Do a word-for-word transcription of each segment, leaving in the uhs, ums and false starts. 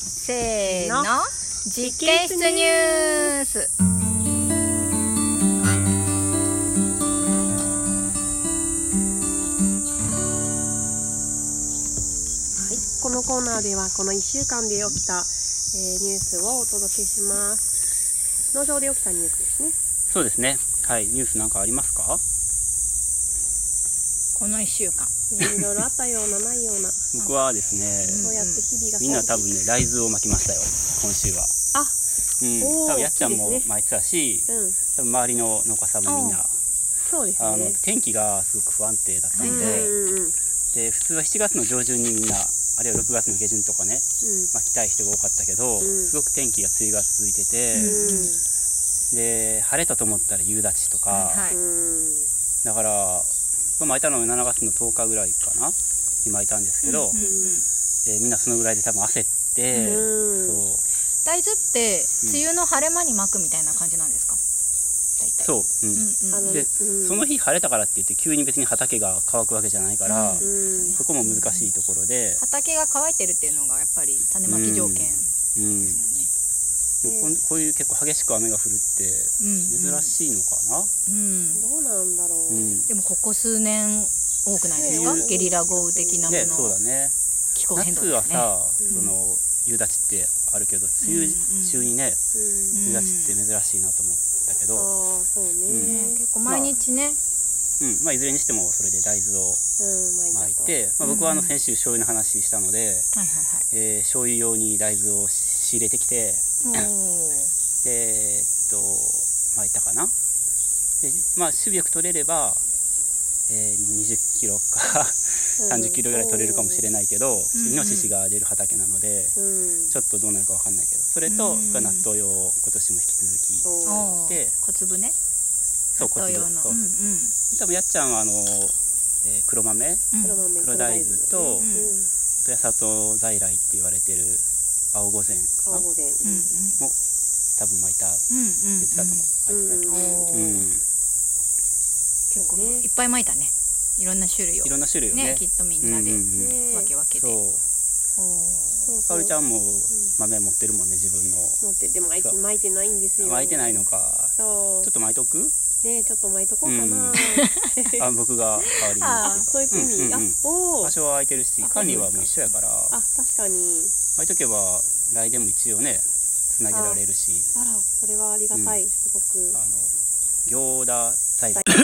せーの、実験室ニュース。 このコーナーではこのいっしゅうかんで起きた、えー、ニュースをお届けします。農場で起きたニュースですね。 そうですね。はい、ニュースなんかありますか？ このいっしゅうかん、 ね、いろいろあったようなないような僕はですね、 そうやって日々がみんな多分ね大豆を巻きましたよ今週は。 あ、 うん、多分やっちゃんも巻いてたし、 うん、 多分周りの農家さんもみんな、 そうですね、 あの天気がすごく不安定だったので、 うんうんうん、 で普通はしちがつの上旬にみんな、あるいはろくがつの下旬とかね、うん、巻きたい人が多かったけど、うん、すごく天気が梅雨が続いてて、うん、で晴れたと思ったら夕立とか、はい、だから巻いたのはしちがつのとおかぐらいかなに巻いたんですけど、うんうんうん、えー、みんなそのぐらいで多分焦って、うん、 そう大豆って梅雨の晴れ間に巻くみたいな感じなんですか？大体そう、うんうん、で、うん、その日晴れたからって言って急に別に畑が乾くわけじゃないから、うん、そこも難しいところで、 畑が乾いてるっていうのがやっぱり種まき条件ですもんね、 うんうん、こういう結構激しく雨が降るって珍しいのかな、 うんうん、どうなんだろう、うん、 でもここ数年多くないですか、ね、ゲリラ豪雨的なもの、ね、 そうだね、 気候変動ですね。 夏はさ、うん、その夕立ってあるけど梅雨中にね、うんうん、夕立って珍しいなと思ったけど、 あ、そうね、 うん、結構毎日ね、 まあうんまあ、いずれにしてもそれで大豆を巻いて、うん、まあ、僕はあの先週醤油の話したので、うんうん、えー、醤油用に大豆を仕入れてきて、でえー、っと巻いたかな。で、まあ、守備よく取れれば、えー、にじゅっキロかさんじゅっキロぐらい取れるかもしれないけど、うん、イノシシが出る畑なので、うん、ちょっとどうなるか分かんないけど、それと、うん、納豆用を今年も引き続きで、 小粒ね、 そう小粒、そう、うんうん、多分やっちゃんはあの、えー、黒豆、うん、黒大豆と、うん、八里在来って言われてる青御前かな、青御前、うん、も多分巻いたって言ってたと思う、巻いてた、うんうん、 結構いっぱい巻いたね、いろんな種類をいろんな種類をね、 ね、きっとみんなで分け分けて、うんうんうん、 そうかおりちゃんも豆持ってるもんね、自分の持って、でも巻いて、巻いてないんですよ。 巻いてないのか、そうちょっと巻いとくね、ちょっと巻いとこうかな、うん、 あ僕が代わりにあそういうふうに、うんうんうん、あお場所は空いてるし管理はもう一緒やから、 あ確かに巻いとけば来年も一応ねつなげられるし、 あらそれはありがたい、うん、すごくあの行田在来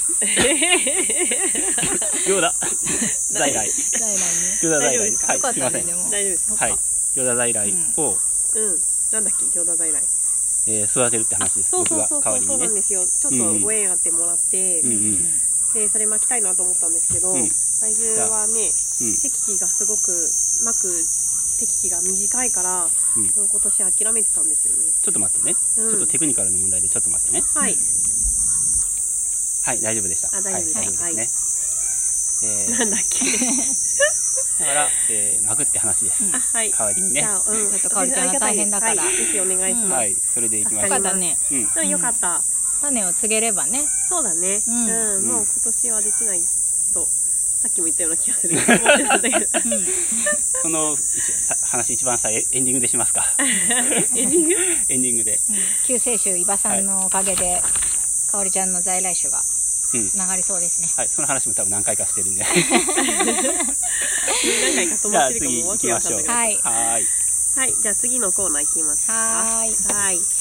行田在来在来ね行田在来、はい、すいません、 大丈夫です、 はい、行田在来を、 うん、うん、なんだっけ行田在来、 えー、育てるって話です。 そうそうそうそう、そうなんですよ。ちょっとご縁あってもらって、うんうん、でそれ巻きたいなと思ったんですけど、うん、大豆はね、うん、適期がすごく巻く適期が短いから、うん、今年諦めてたんですよね。 ちょっと待ってね、うん、ちょっとテクニカルな問題でちょっと待ってね。 はい。 はい大丈夫でした。 あ大丈夫です。はい、大丈夫ですね。はい、えー、 なんだっけ。 だから、えー、巻くって話です。うん、あはい。代わりにね。 じゃあ、うん、ちょっとかおりちゃんが大変だから、 はい、ぜひお願いします。うん、 はい、それでいきましょう。 よかったね。 うん、よかった。 種を告げればね。 そうだね。うん、うん、もう今年はできないと。さっきも言ったような気がする。うん、 その話一番さエンディングでしますか。 エンディング？ エンディングで。 うん、救世主伊庭さんのおかげで、はい、かおりちゃんの在来種がつながりそうですね。 うん、はい、その話も多分何回かしてるんで。 何回か止まってるかもわけわかんない。 はい。 はい。 はい、じゃあ次のコーナー行きますか。 はい。 はい。